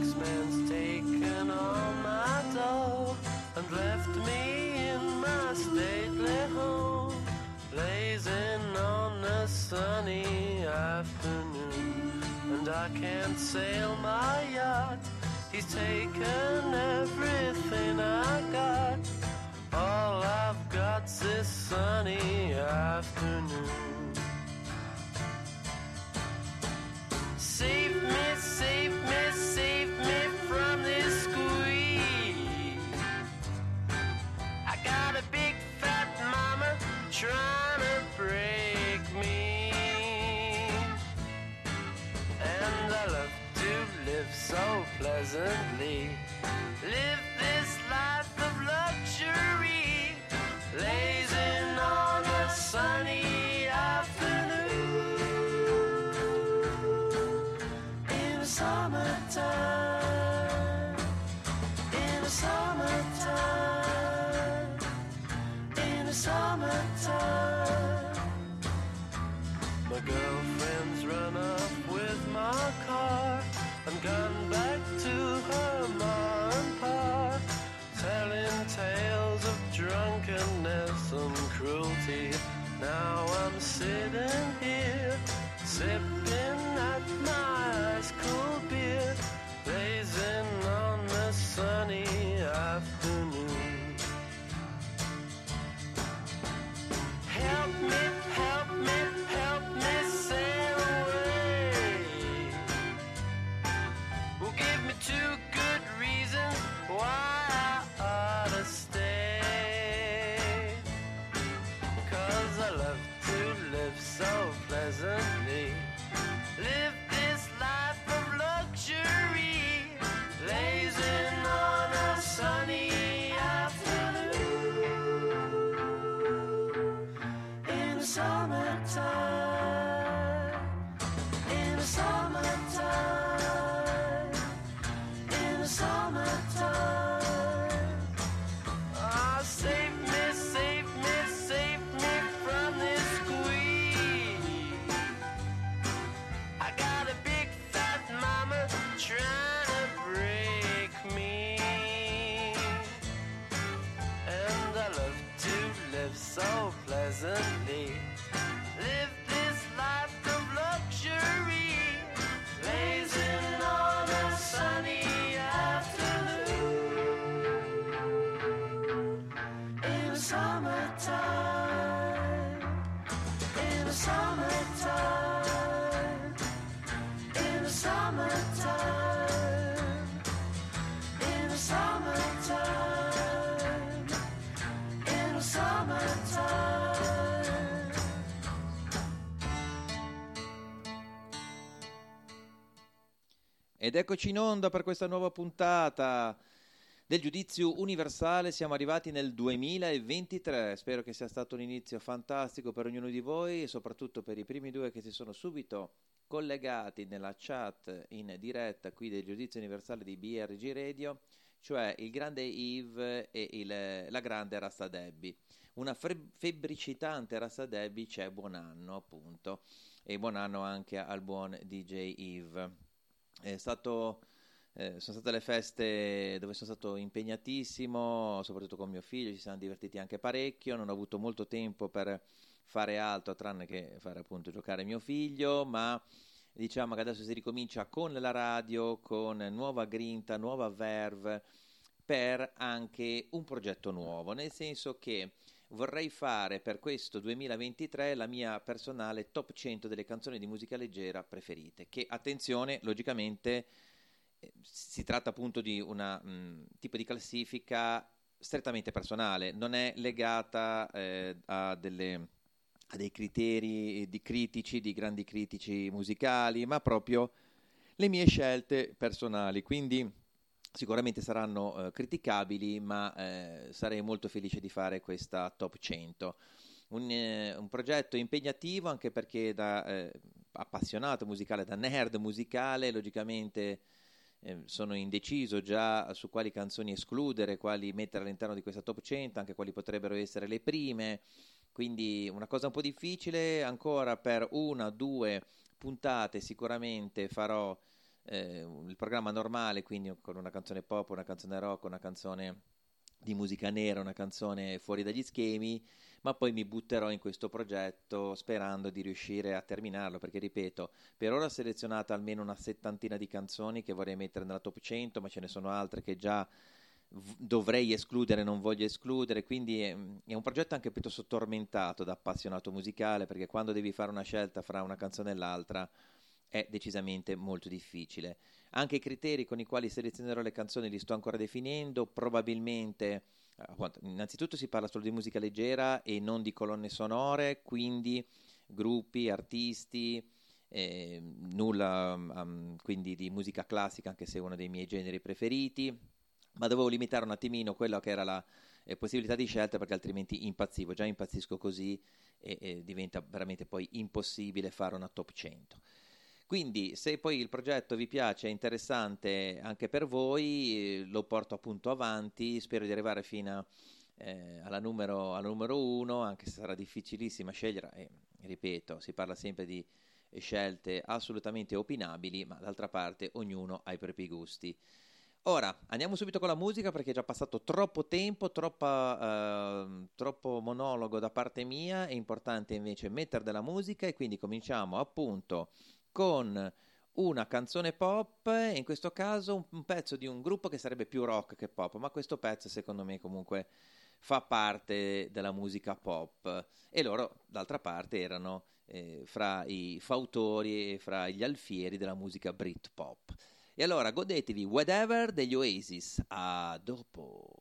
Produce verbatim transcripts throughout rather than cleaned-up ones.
taxman's taken all my dough and left me in my stately home, blazing on a sunny afternoon. And I can't sail my yacht, he's taken everything I got. All I've got's this sunny afternoon. Save me, save me, save me from this squeeze. I got a big fat mama trying to break me, and I love to live so pleasantly, live this life of luxury, lazing on a sunny afternoon. In the summertime, in the summertime, in the summertime, my girlfriend's run off with my car and gone back to her ma and pa, telling tales of drunkenness and cruelty. Now I'm sitting here, sipping at my ice cold beer, blazing on a sunny afternoon. Help me, help me, help me sail away. Well, give me two good reasons why I ought to stay. 'Cause I love to live so pleasantly, live this life of luxury, lazing on a sunny afternoon. In the summertime, in the summertime, in the summertime. Ah, save me, save me, save me from this squeeze. I got a big fat mama trying to break me, and I love to live so pleasantly, live this life of luxury, lazing on a sunny afternoon. In the summertime, in the summertime, in the summertime, in the summertime, in the summertime. Ed eccoci in onda per questa nuova puntata del Giudizio Universale. Siamo arrivati nel duemilaventitré. Spero che sia stato un inizio fantastico per ognuno di voi e soprattutto per i primi due che si sono subito collegati nella chat in diretta qui del Giudizio Universale di B R G Radio, cioè il grande Yves e il, la grande Rasta Debbie. Una fre- febbricitante Rasta Debbie, c'è buon anno appunto, e buon anno anche al buon D J Yves. È stato, eh, sono state le feste dove sono stato impegnatissimo, soprattutto con mio figlio, ci siamo divertiti anche parecchio, non ho avuto molto tempo per fare altro tranne che fare appunto giocare mio figlio, ma diciamo che adesso si ricomincia con la radio, con nuova grinta, nuova verve, per anche un progetto nuovo, nel senso che vorrei fare per questo duemilaventitré la mia personale top cento delle canzoni di musica leggera preferite, che attenzione, logicamente eh, si tratta appunto di una mh, tipo di classifica strettamente personale, non è legata eh, a delle a dei criteri di critici, di grandi critici musicali, ma proprio le mie scelte personali, quindi sicuramente saranno eh, criticabili, ma eh, sarei molto felice di fare questa top cento. Un, eh, un progetto impegnativo anche perché da eh, appassionato musicale, da nerd musicale, logicamente eh, sono indeciso già su quali canzoni escludere, quali mettere all'interno di questa top cento, anche quali potrebbero essere le prime, quindi una cosa un po' difficile. Ancora per una, due puntate sicuramente farò eh, il programma normale, quindi con una canzone pop, una canzone rock, una canzone di musica nera, una canzone fuori dagli schemi, ma poi mi butterò in questo progetto sperando di riuscire a terminarlo, perché ripeto, per ora ho selezionato almeno una settantina di canzoni che vorrei mettere nella top cento, ma ce ne sono altre che già v- dovrei escludere, non voglio escludere, quindi è, è un progetto anche piuttosto tormentato da appassionato musicale, perché quando devi fare una scelta fra una canzone e l'altra è decisamente molto difficile. Anche i criteri con i quali selezionerò le canzoni li sto ancora definendo, probabilmente, eh, innanzitutto si parla solo di musica leggera e non di colonne sonore, quindi gruppi, artisti, eh, nulla um, quindi di musica classica, anche se è uno dei miei generi preferiti, ma dovevo limitare un attimino quella che era la eh, possibilità di scelta, perché altrimenti impazzivo, già impazzisco così e, e diventa veramente poi impossibile fare una top cento. Quindi se poi il progetto vi piace, è interessante anche per voi, eh, lo porto appunto avanti, spero di arrivare fino a, eh, alla numero alla numero uno, anche se sarà difficilissima scegliere, e ripeto, si parla sempre di scelte assolutamente opinabili, ma d'altra parte ognuno ha i propri gusti. Ora andiamo subito con la musica, perché è già passato troppo tempo, troppa, eh, troppo monologo da parte mia, è importante invece mettere della musica e quindi cominciamo appunto con una canzone pop, e in questo caso un, un pezzo di un gruppo che sarebbe più rock che pop, ma questo pezzo secondo me comunque fa parte della musica pop, e loro d'altra parte erano eh, fra i fautori e fra gli alfieri della musica Britpop. E allora godetevi Whatever degli Oasis. A dopo.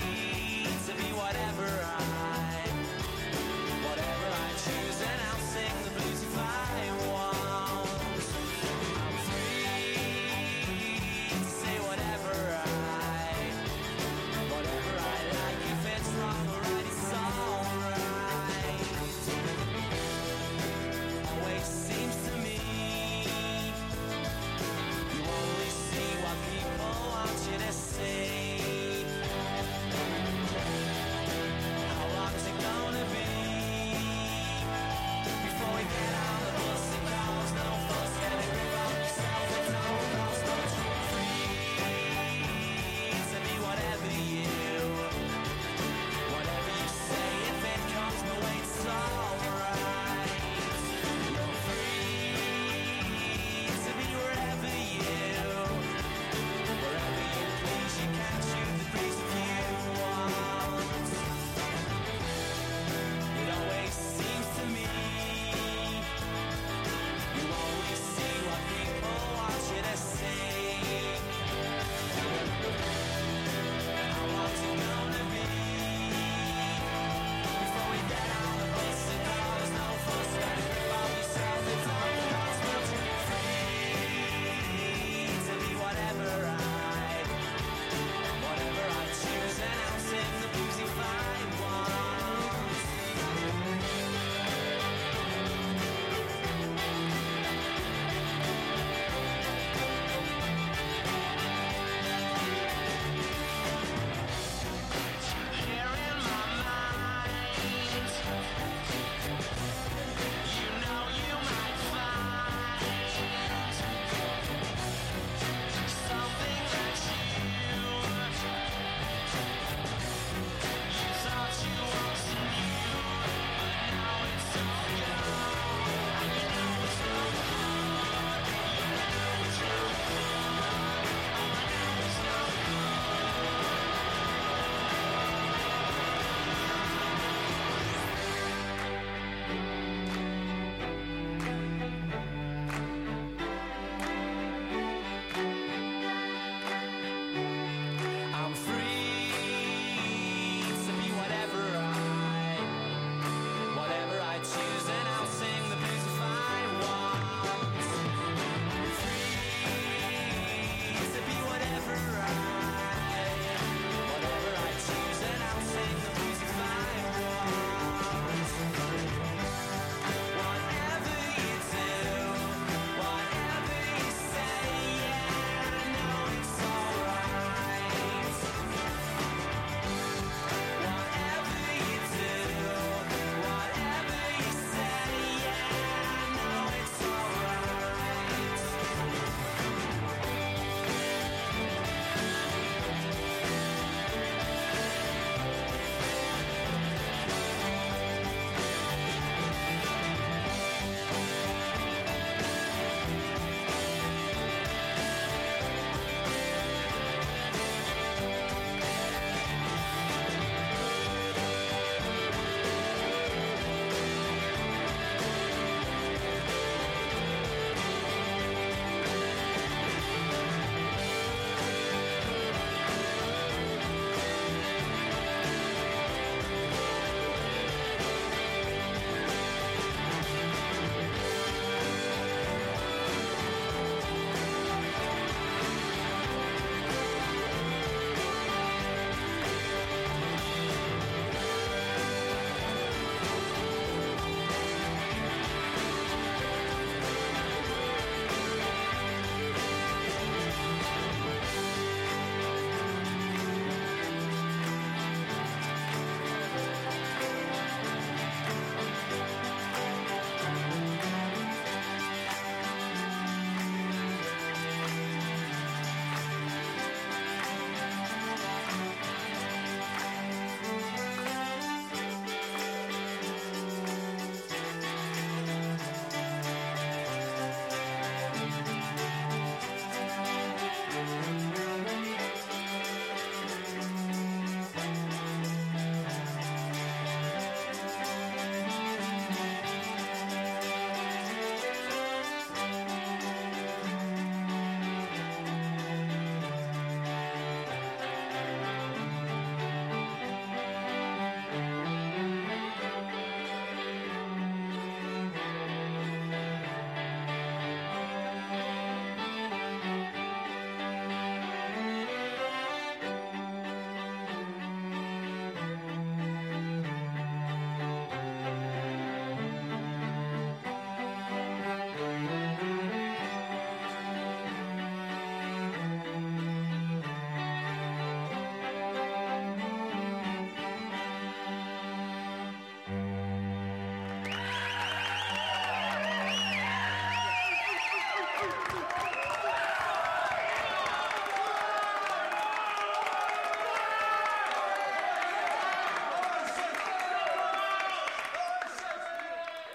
Whatever I choose, and I'll say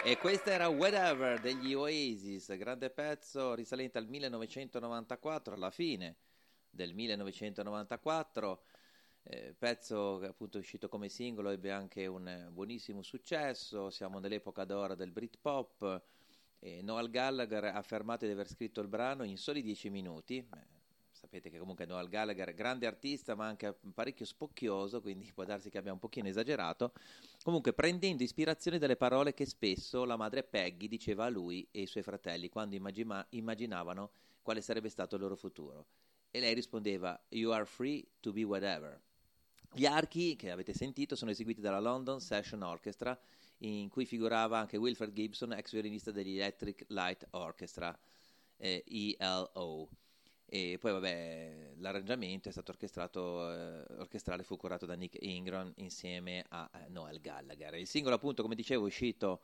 E questa era Whatever degli Oasis, grande pezzo risalente al millenovecentonovantaquattro, alla fine del millenovecentonovantaquattro, eh, pezzo che appunto è uscito come singolo, ebbe anche un buonissimo successo. Siamo nell'epoca d'oro del Britpop, e Noel Gallagher ha affermato di aver scritto il brano in soli dieci minuti. Eh, sapete che comunque Noel Gallagher è grande artista ma anche parecchio spocchioso, quindi può darsi che abbia un pochino esagerato, comunque prendendo ispirazione dalle parole che spesso la madre Peggy diceva a lui e ai suoi fratelli quando immagina- immaginavano quale sarebbe stato il loro futuro, e lei rispondeva "You are free to be whatever". Gli archi che avete sentito sono eseguiti dalla London Session Orchestra, in cui figurava anche Wilfred Gibson, ex violinista degli Electric Light Orchestra, eh, E L O. E poi vabbè, l'arrangiamento è stato orchestrato, eh, orchestrale fu curato da Nick Ingram insieme a eh, Noel Gallagher. Il singolo appunto, come dicevo, è uscito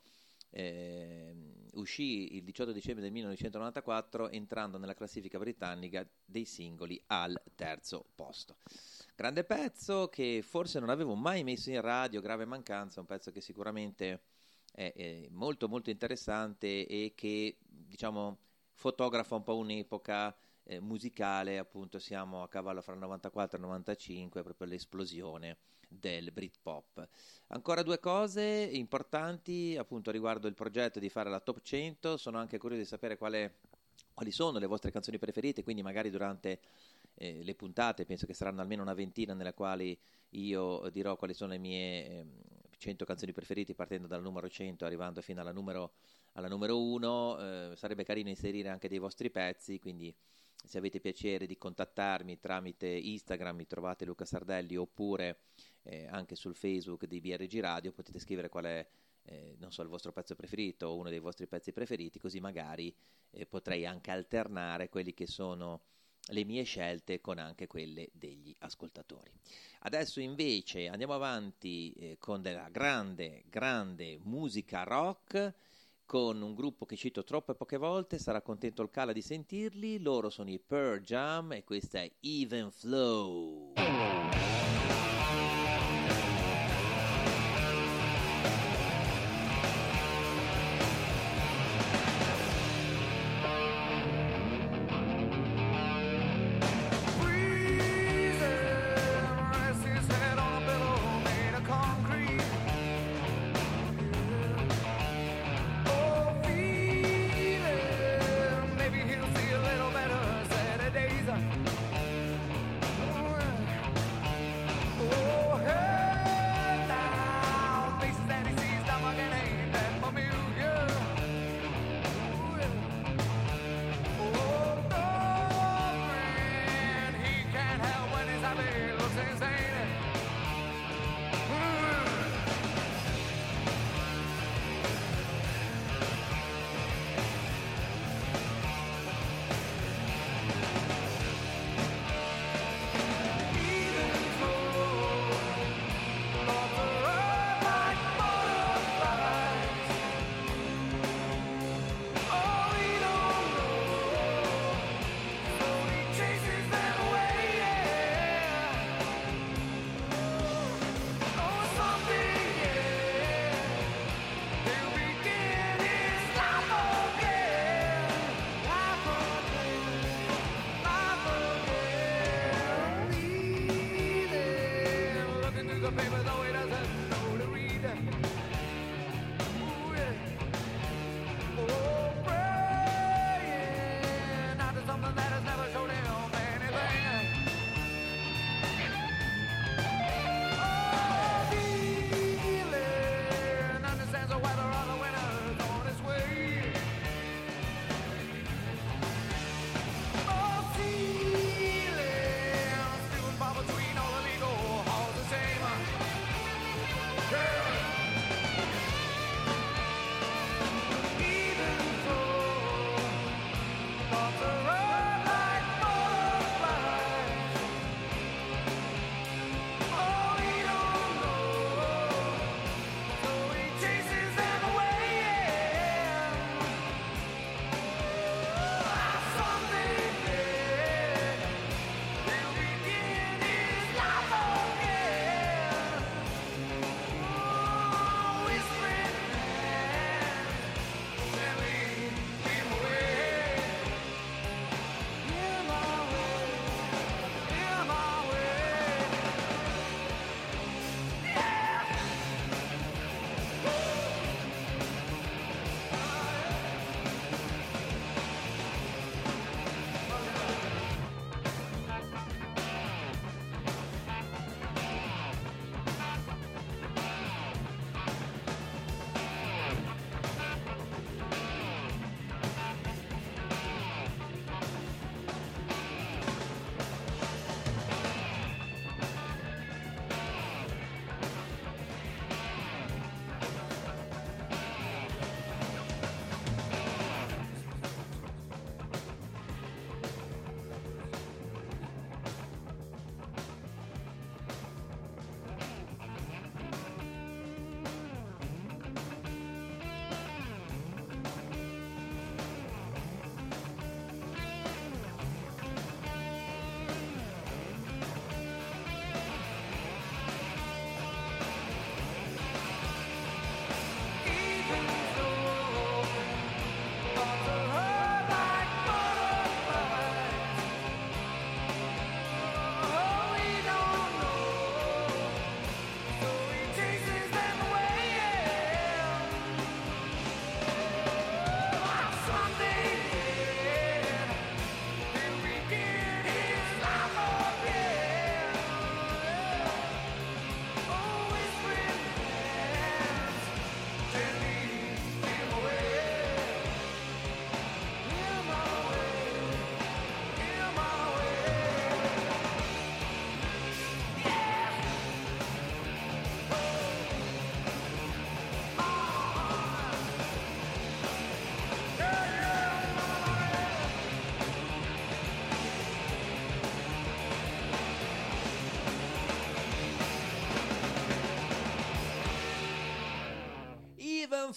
eh, uscì il diciotto dicembre del millenovecentonovantaquattro, entrando nella classifica britannica dei singoli al terzo posto. Grande pezzo che forse non avevo mai messo in radio, grave mancanza, un pezzo che sicuramente è, è molto molto interessante e che, diciamo, fotografa un po' un'epoca eh, musicale, appunto siamo a cavallo fra il novantaquattro e il novantacinque, proprio l'esplosione del Britpop. Ancora due cose importanti appunto riguardo il progetto di fare la top cento, sono anche curioso di sapere quale, quali sono le vostre canzoni preferite, quindi magari durante eh, le puntate, penso che saranno almeno una ventina nelle quali io dirò quali sono le mie eh, cento canzoni preferite, partendo dal numero cento arrivando fino alla numero alla numero uno. Eh, sarebbe carino inserire anche dei vostri pezzi, quindi se avete piacere di contattarmi tramite Instagram mi trovate Luca Sardelli, oppure eh, anche sul Facebook di B R G Radio potete scrivere qual è eh, non so, il vostro pezzo preferito o uno dei vostri pezzi preferiti, così magari eh, potrei anche alternare quelli che sono le mie scelte con anche quelle degli ascoltatori. Adesso invece andiamo avanti eh, con della grande grande musica rock, con un gruppo che cito troppe poche volte, sarà contento il Cala di sentirli. Loro sono i Pearl Jam e questa è Even Flow.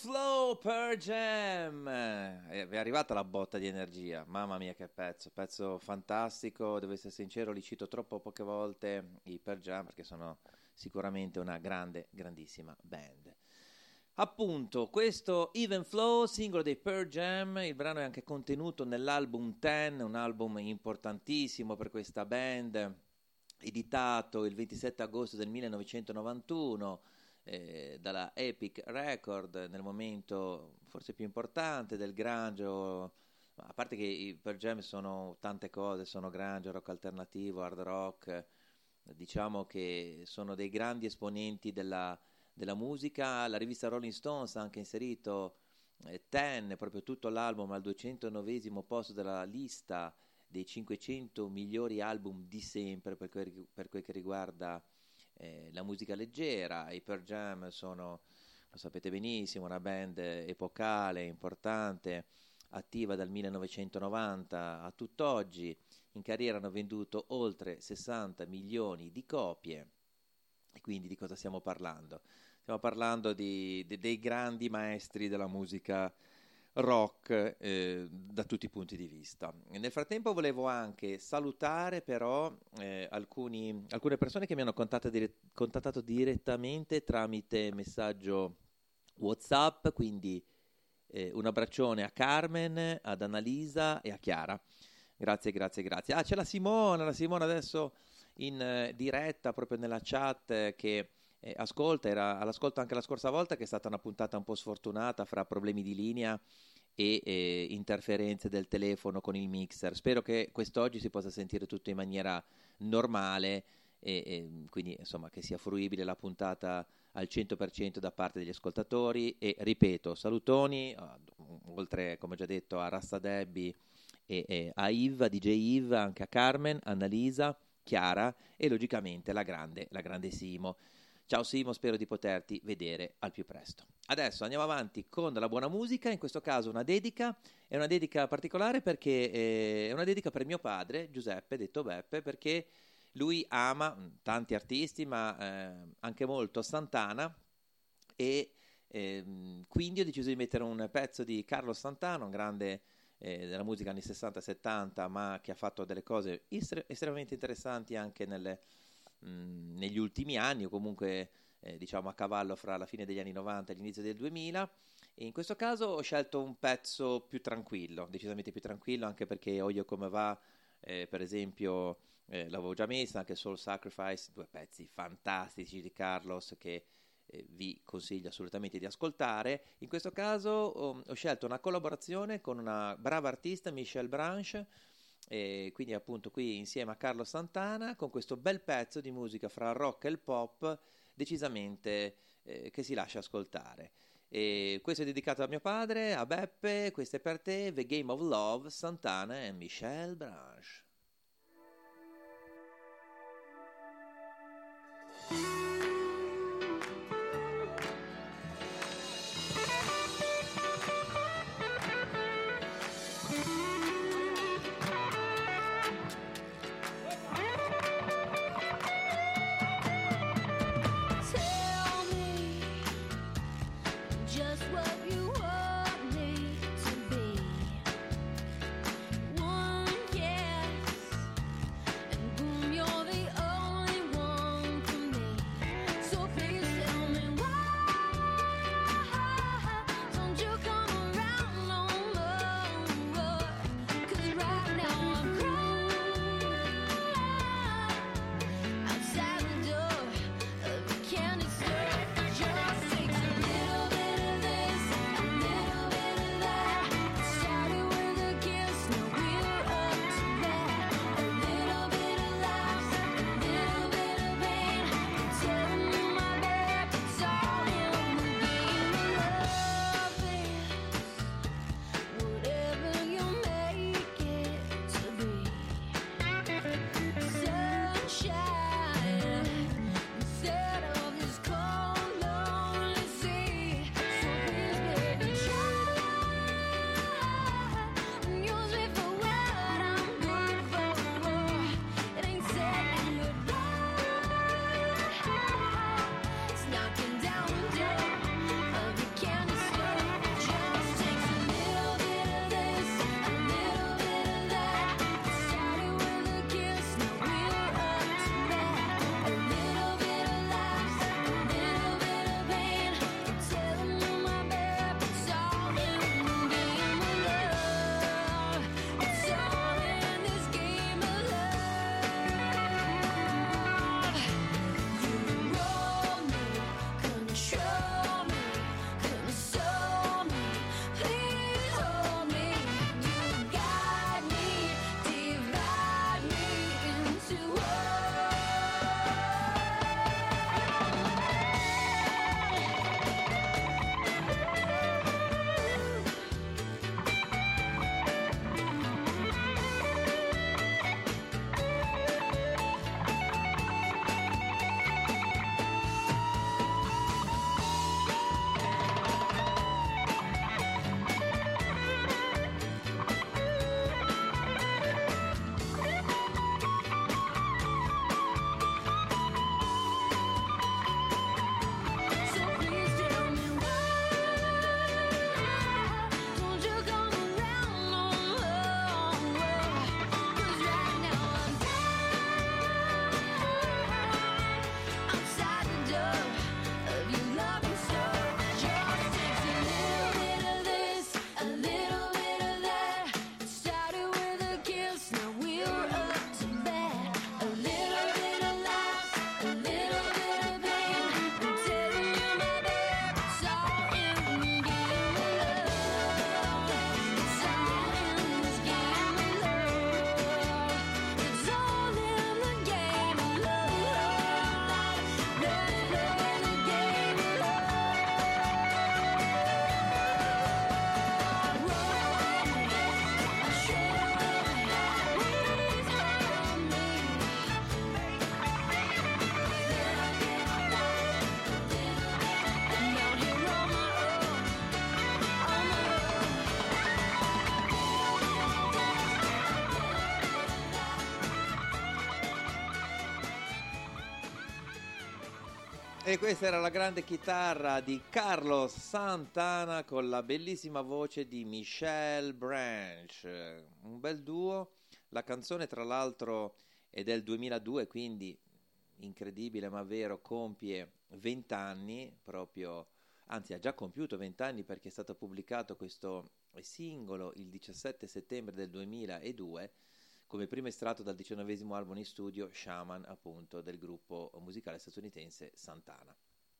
Flow Pearl Jam. Eh, è arrivata la botta di energia, mamma mia che pezzo, pezzo fantastico, devo essere sincero, li cito troppo poche volte i Pearl Jam perché sono sicuramente una grande, grandissima band. Appunto, questo Even Flow, singolo dei Pearl Jam, il brano è anche contenuto nell'album Ten, un album importantissimo per questa band, editato il ventisette agosto del millenovecentonovantuno eh, dalla Epic Record, nel momento forse più importante del grunge, a parte che i Pearl Jam sono tante cose, sono grunge, rock alternativo, hard rock, diciamo che sono dei grandi esponenti della della musica. La rivista Rolling Stones ha anche inserito eh, Ten, proprio tutto l'album, al duecentonovesimo posto della lista dei cinquecento migliori album di sempre per quel, per quel che riguarda eh, la musica leggera. I Pearl Jam sono, lo sapete benissimo, una band epocale, importante, attiva dal millenovecentonovanta a tutt'oggi. In carriera hanno venduto oltre sessanta milioni di copie. E quindi di cosa stiamo parlando? Stiamo parlando di, di, dei grandi maestri della musica rock eh, da tutti i punti di vista. Nel frattempo volevo anche salutare però eh, alcuni, alcune persone che mi hanno contattato, dire, contattato direttamente tramite messaggio WhatsApp, quindi eh, un abbraccione a Carmen, ad Annalisa e a Chiara. Grazie, grazie, grazie. Ah, c'è la Simona, la Simona adesso in eh, diretta proprio nella chat eh, che eh, ascolta, era all'ascolto anche la scorsa volta, che è stata una puntata un po' sfortunata fra problemi di linea e eh, interferenze del telefono con il mixer. Spero che quest'oggi si possa sentire tutto in maniera normale e, e quindi insomma che sia fruibile la puntata al cento per cento da parte degli ascoltatori. E ripeto, salutoni uh, oltre, come ho già detto, a Rasta Debbie e, e a Yves, a D J Yves, anche a Carmen, Annalisa, Chiara e logicamente la grande, la grande Simo. Ciao Simo, spero di poterti vedere al più presto. Adesso andiamo avanti con la buona musica, in questo caso una dedica, è una dedica particolare perché eh, è una dedica per mio padre, Giuseppe, detto Beppe, perché lui ama tanti artisti, ma eh, anche molto Santana, e eh, quindi ho deciso di mettere un pezzo di Carlos Santana, un grande eh, della musica anni sessanta settanta, ma che ha fatto delle cose estre- estremamente interessanti anche nelle negli ultimi anni, o comunque eh, diciamo a cavallo fra la fine degli anni novanta e l'inizio del duemila. E in questo caso ho scelto un pezzo più tranquillo, decisamente più tranquillo, anche perché Oyo Come Va, eh, per esempio, eh, l'avevo già messa, anche Soul Sacrifice, due pezzi fantastici di Carlos che eh, vi consiglio assolutamente di ascoltare. In questo caso ho, ho scelto una collaborazione con una brava artista, Michelle Branch, e quindi appunto qui insieme a Carlos Santana con questo bel pezzo di musica fra il rock e il pop decisamente eh, che si lascia ascoltare. E questo è dedicato a mio padre, a Beppe, questo è per te, The Game of Love, Santana e Michelle Branch. One kiss, and boom, you're the only one for me. E questa era la grande chitarra di Carlos Santana con la bellissima voce di Michelle Branch, un bel duo. La canzone tra l'altro è del duemiladue, quindi incredibile ma vero, compie vent'anni proprio, anzi ha già compiuto vent'anni perché è stato pubblicato questo singolo il diciassette settembre del duemiladue come primo estratto dal diciannovesimo album in studio Shaman, appunto, del gruppo musicale statunitense Santana.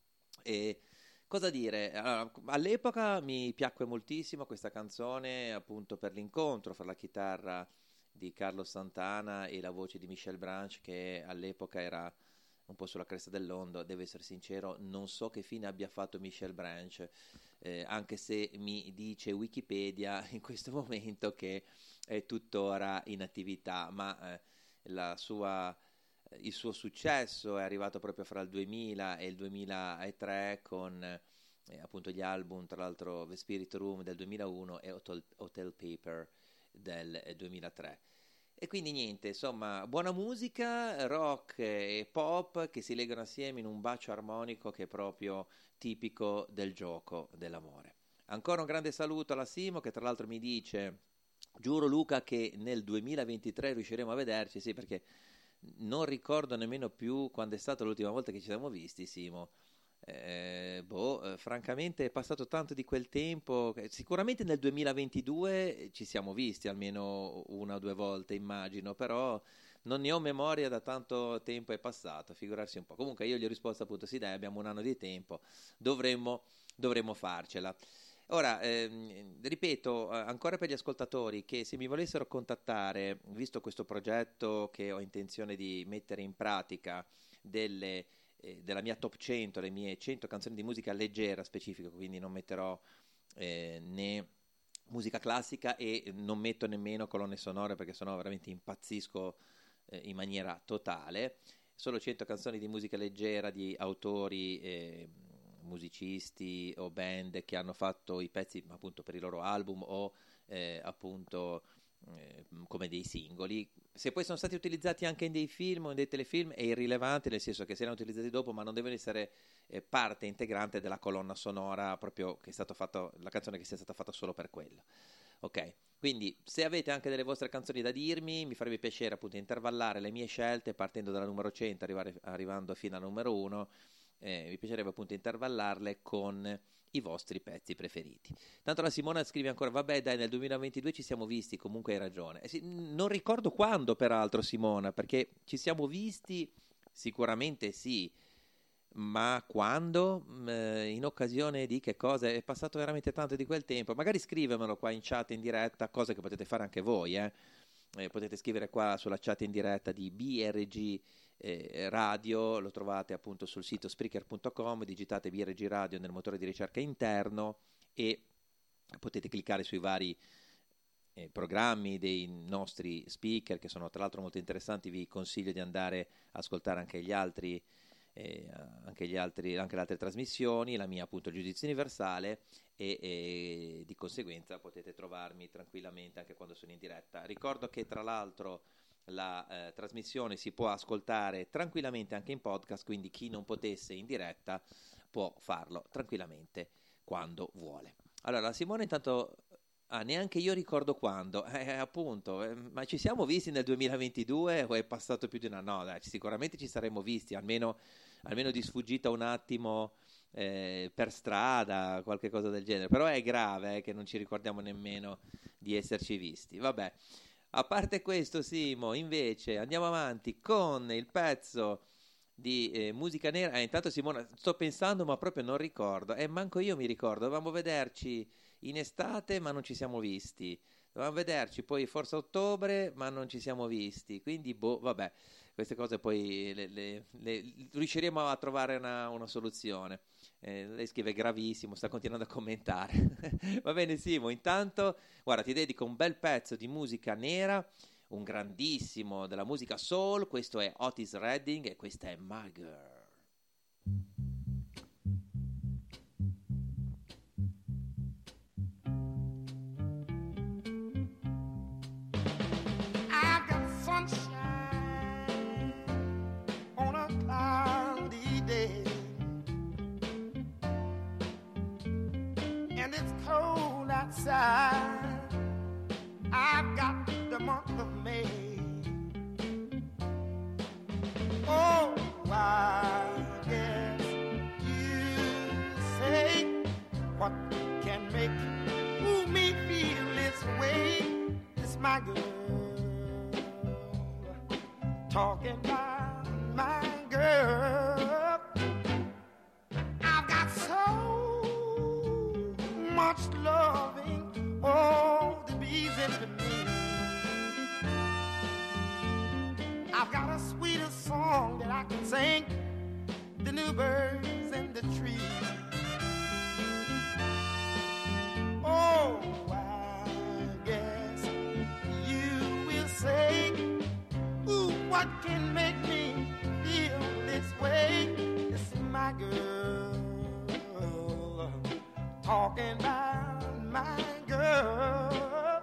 E cosa dire? Allora, all'epoca mi piacque moltissimo questa canzone, appunto per l'incontro fra la chitarra di Carlos Santana e la voce di Michelle Branch, che all'epoca era un po' sulla cresta dell'onda. Devo essere sincero, non so che fine abbia fatto Michelle Branch, eh, anche se mi dice Wikipedia in questo momento che è tuttora in attività, ma eh, la sua, il suo successo è arrivato proprio fra il duemila e il duemilatré con eh, appunto gli album, tra l'altro The Spirit Room del duemilauno e Hotel, Hotel Paper del duemilatré. E quindi niente, insomma, buona musica, rock e pop che si legano assieme in un bacio armonico che è proprio tipico del gioco dell'amore. Ancora un grande saluto alla Simo, che tra l'altro mi dice: giuro Luca che nel duemilaventitré riusciremo a vederci. Sì, perché non ricordo nemmeno più quando è stata l'ultima volta che ci siamo visti, Simo. Eh, boh, eh, francamente è passato tanto di quel tempo. Sicuramente nel duemilaventidue ci siamo visti almeno una o due volte, immagino, però non ne ho memoria da tanto tempo è passato, figurarsi un po'. Comunque io gli ho risposto appunto: sì dai, abbiamo un anno di tempo, dovremmo, dovremmo farcela. Ora, ehm, ripeto, ancora per gli ascoltatori, che se mi volessero contattare, visto questo progetto che ho intenzione di mettere in pratica delle, eh, della mia top cento, le mie cento canzoni di musica leggera specifica, quindi non metterò eh, né musica classica e non metto nemmeno colonne sonore perché sennò veramente impazzisco eh, in maniera totale, solo cento canzoni di musica leggera di autori eh, musicisti o band che hanno fatto i pezzi appunto per i loro album o eh, appunto eh, come dei singoli. Se poi sono stati utilizzati anche in dei film o in dei telefilm è irrilevante, nel senso che si erano utilizzati dopo, ma non devono essere eh, parte integrante della colonna sonora proprio che è stato fatto, la canzone che sia stata fatta solo per quello. Ok, quindi se avete anche delle vostre canzoni da dirmi, mi farebbe piacere appunto intervallare le mie scelte partendo dalla numero cento, arrivare, arrivando fino al numero uno. Eh, mi piacerebbe appunto intervallarle con i vostri pezzi preferiti. Tanto la Simona scrive ancora: vabbè dai, nel duemilaventidue ci siamo visti, comunque hai ragione. Eh sì, non ricordo quando peraltro, Simona, perché ci siamo visti sicuramente sì, ma quando? Eh, in occasione di che cosa? È passato veramente tanto di quel tempo. Magari scrivemelo qua in chat in diretta, cosa che potete fare anche voi, eh. Eh, potete scrivere qua sulla chat in diretta di B R G eh, Radio, lo trovate appunto sul sito spreaker punto com, digitate B R G Radio nel motore di ricerca interno e potete cliccare sui vari eh, programmi dei nostri speaker che sono tra l'altro molto interessanti. Vi consiglio di andare a ascoltare anche gli altri eh, anche gli altri anche le altre trasmissioni, la mia appunto Giudizio Universale, e, e di conseguenza potete trovarmi tranquillamente anche quando sono in diretta. Ricordo che tra l'altro la eh, trasmissione si può ascoltare tranquillamente anche in podcast, quindi chi non potesse in diretta può farlo tranquillamente quando vuole. Allora, Simone intanto ah, neanche io ricordo quando, eh, appunto, eh, ma ci siamo visti nel duemilaventidue o è passato più di un anno? No, dai, sicuramente ci saremmo visti, almeno, almeno di sfuggita un attimo eh, per strada, qualche cosa del genere, però è grave eh, che non ci ricordiamo nemmeno di esserci visti. Vabbè, a parte questo, Simo, invece andiamo avanti con il pezzo di eh, musica nera. Eh, intanto Simona, sto pensando ma proprio non ricordo, e eh, manco io mi ricordo, dovevamo vederci in estate ma non ci siamo visti, dovevamo vederci poi forse a ottobre ma non ci siamo visti, quindi boh, vabbè, queste cose poi le, le, le, riusciremo a trovare una, una soluzione. Eh, lei scrive gravissimo, sta continuando a commentare. Va bene Simo, intanto guarda, ti dedico un bel pezzo di musica nera, un grandissimo della musica soul. Questo è Otis Redding e questa è My Girl. I've got sunshine on a cloudy day. it's cold outside, I've got the month of May. Oh, I guess you say, what can make ooh, me feel this way? It's my girl, talking about my girl. I've got so much loving, oh, the bees into me. I've got a sweeter song that I can sing than the birds in the trees. Oh, I guess you will say, ooh, what can make me feel this way? It's my girl, talking about my girl.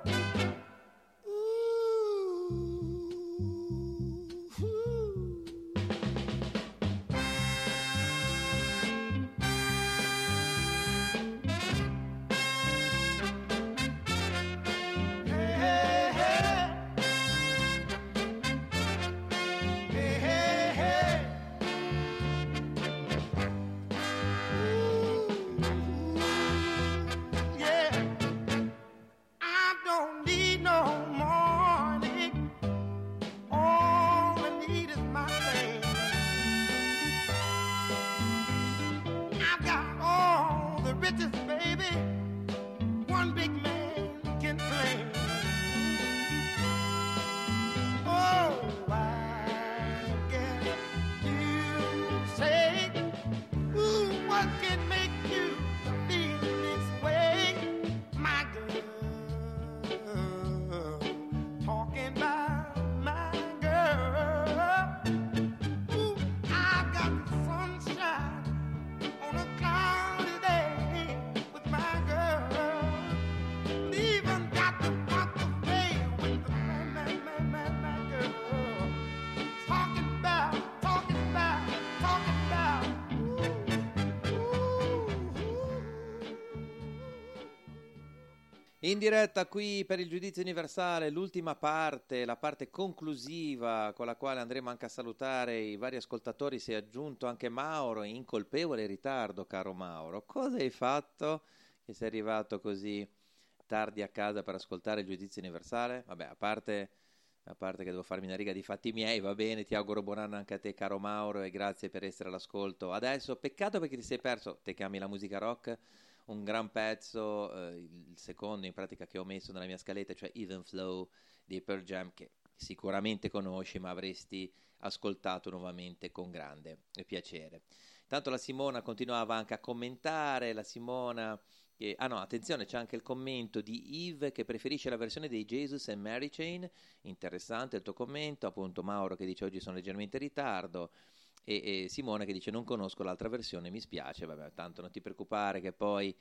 In diretta qui per il Giudizio Universale, l'ultima parte, la parte conclusiva con la quale andremo anche a salutare i vari ascoltatori. Si è aggiunto anche Mauro in colpevole ritardo, caro Mauro. Cosa hai fatto che sei arrivato così tardi a casa per ascoltare il Giudizio Universale? Vabbè, a parte, a parte che devo farmi una riga di fatti miei, va bene, ti auguro buon anno anche a te, caro Mauro, e grazie per essere all'ascolto. Adesso, peccato perché ti sei perso, te che ami la musica rock, un gran pezzo, eh, il secondo in pratica che ho messo nella mia scaletta, cioè Even Flow di Pearl Jam, che sicuramente conosci ma avresti ascoltato nuovamente con grande piacere. Intanto la Simona continuava anche a commentare, la Simona che, ah no, attenzione, c'è anche il commento di Yves che preferisce la versione dei Jesus and Mary Chain. Interessante il tuo commento, appunto. Mauro che dice oggi sono leggermente in ritardo, e, e Simone che dice non conosco l'altra versione, mi spiace. Vabbè, tanto non ti preoccupare che poi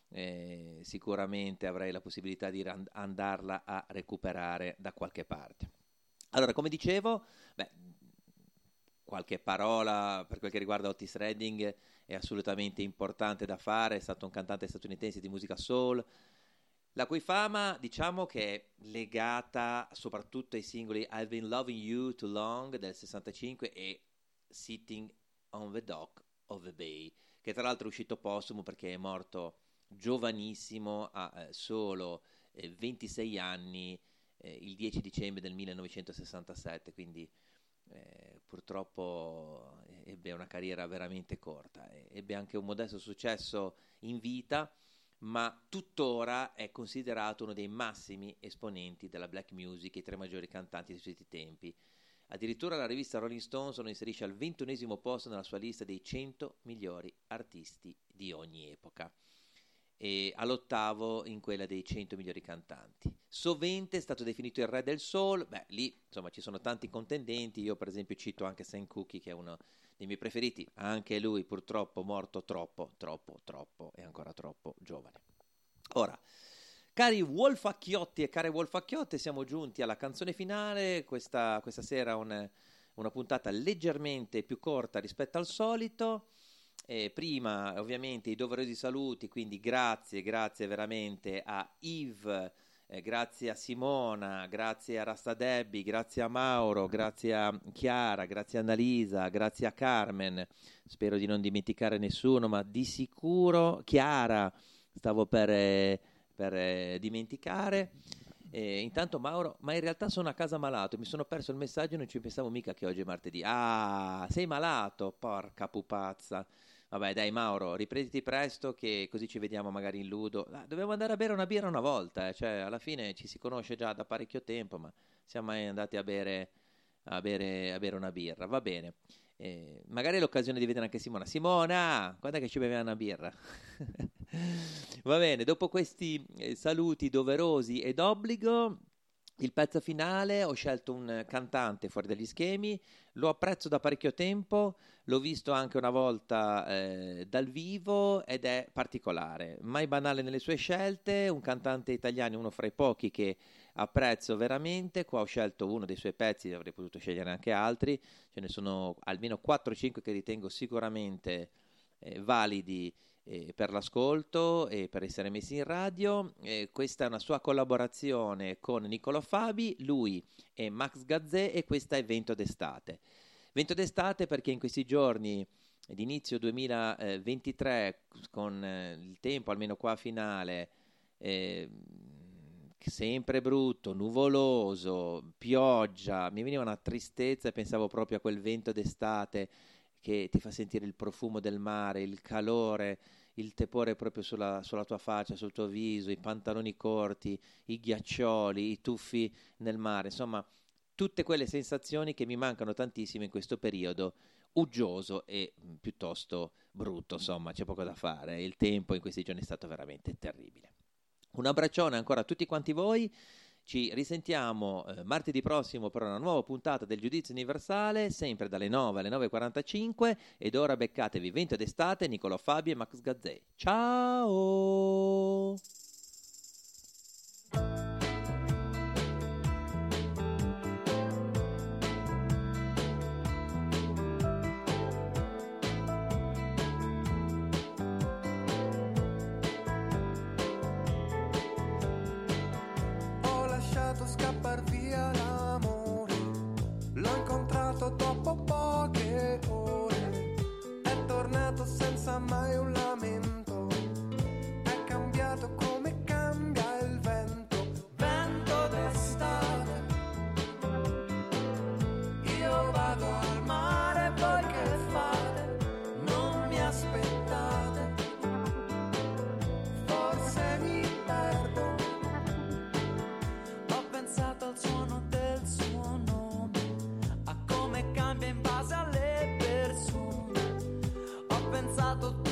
eh, sicuramente avrai la possibilità di rand- andarla a recuperare da qualche parte. Allora, come dicevo, beh, qualche parola per quel che riguarda Otis Redding è assolutamente importante da fare. È stato un cantante statunitense di musica soul, la cui fama, diciamo, che è legata soprattutto ai singoli I've Been Loving You Too Long del sessantacinque e Sitting on the Dock of the Bay, che tra l'altro è uscito postumo perché è morto giovanissimo, a eh, solo eh, ventisei anni, eh, il dieci dicembre del millenovecentosessantasette, quindi eh, purtroppo ebbe una carriera veramente corta. Ebbe anche un modesto successo in vita, ma tuttora è considerato uno dei massimi esponenti della black music e tra i maggiori cantanti di tutti i tempi. Addirittura la rivista Rolling Stone lo inserisce al ventunesimo posto nella sua lista dei cento migliori artisti di ogni epoca, e all'ottavo in quella dei cento migliori cantanti. Sovente è stato definito il re del soul. Beh, lì insomma ci sono tanti contendenti. Io per esempio cito anche Sam Cooke, che è uno dei miei preferiti, anche lui purtroppo morto troppo, troppo, troppo e ancora troppo giovane. Ora, cari Wolfacchiotti e care Wolfacchiotte, siamo giunti alla canzone finale. Questa, questa sera un, una puntata leggermente più corta rispetto al solito. Eh, prima ovviamente i doverosi saluti, quindi grazie, grazie veramente a Yves, eh, grazie a Simona, grazie a Rasta Debbie, grazie a Mauro, grazie a Chiara, grazie a Annalisa, grazie a Carmen, spero di non dimenticare nessuno, ma di sicuro Chiara stavo per, eh, per eh, dimenticare. Eh, intanto Mauro, ma in realtà sono a casa malato, mi sono perso il messaggio e non ci pensavo mica che oggi è martedì. Ah, sei malato, porca pupazza. Vabbè dai Mauro, riprenditi presto che così ci vediamo magari in ludo. Ah, dobbiamo andare a bere una birra una volta, eh. Cioè alla fine ci si conosce già da parecchio tempo, ma siamo mai andati a bere, a bere, a bere una birra, va bene. Eh, magari è l'occasione di vedere anche Simona. Simona, quando è che ci beviamo una birra? Va bene, dopo questi eh, saluti doverosi ed obbligo, il pezzo finale, ho scelto un cantante fuori dagli schemi, lo apprezzo da parecchio tempo, l'ho visto anche una volta eh, dal vivo ed è particolare, mai banale nelle sue scelte, un cantante italiano, uno fra i pochi che apprezzo veramente. Qua ho scelto uno dei suoi pezzi, avrei potuto scegliere anche altri, ce ne sono almeno quattro o cinque che ritengo sicuramente eh, validi eh, per l'ascolto e per essere messi in radio. Eh, questa è una sua collaborazione con Niccolò Fabi, lui è Max Gazzè e questa è Vento d'estate. Vento d'estate perché in questi giorni d'inizio duemilaventitré, con eh, il tempo almeno qua finale eh, sempre brutto, nuvoloso, pioggia, mi veniva una tristezza e pensavo proprio a quel vento d'estate che ti fa sentire il profumo del mare, il calore, il tepore proprio sulla, sulla tua faccia, sul tuo viso, i pantaloni corti, i ghiaccioli, i tuffi nel mare, insomma tutte quelle sensazioni che mi mancano tantissimo in questo periodo uggioso e piuttosto brutto, insomma c'è poco da fare, il tempo in questi giorni è stato veramente terribile. Un abbraccione ancora a tutti quanti voi, ci risentiamo eh, martedì prossimo per una nuova puntata del Giudizio Universale, sempre dalle nove alle nove e quarantacinque, ed ora beccatevi Vento d'estate, Niccolò Fabi e Max Gazzè. Ciao! Scappar via l'amore, l'ho incontrato dopo poche ore, è tornato senza mai un lamento, è cambiato come cambia il vento, vento d'estate. Io vado al mare, voi che fate? Non mi aspettate, forse mi perdo. Al suono del suo nome, a come cambia in base alle persone, ho pensato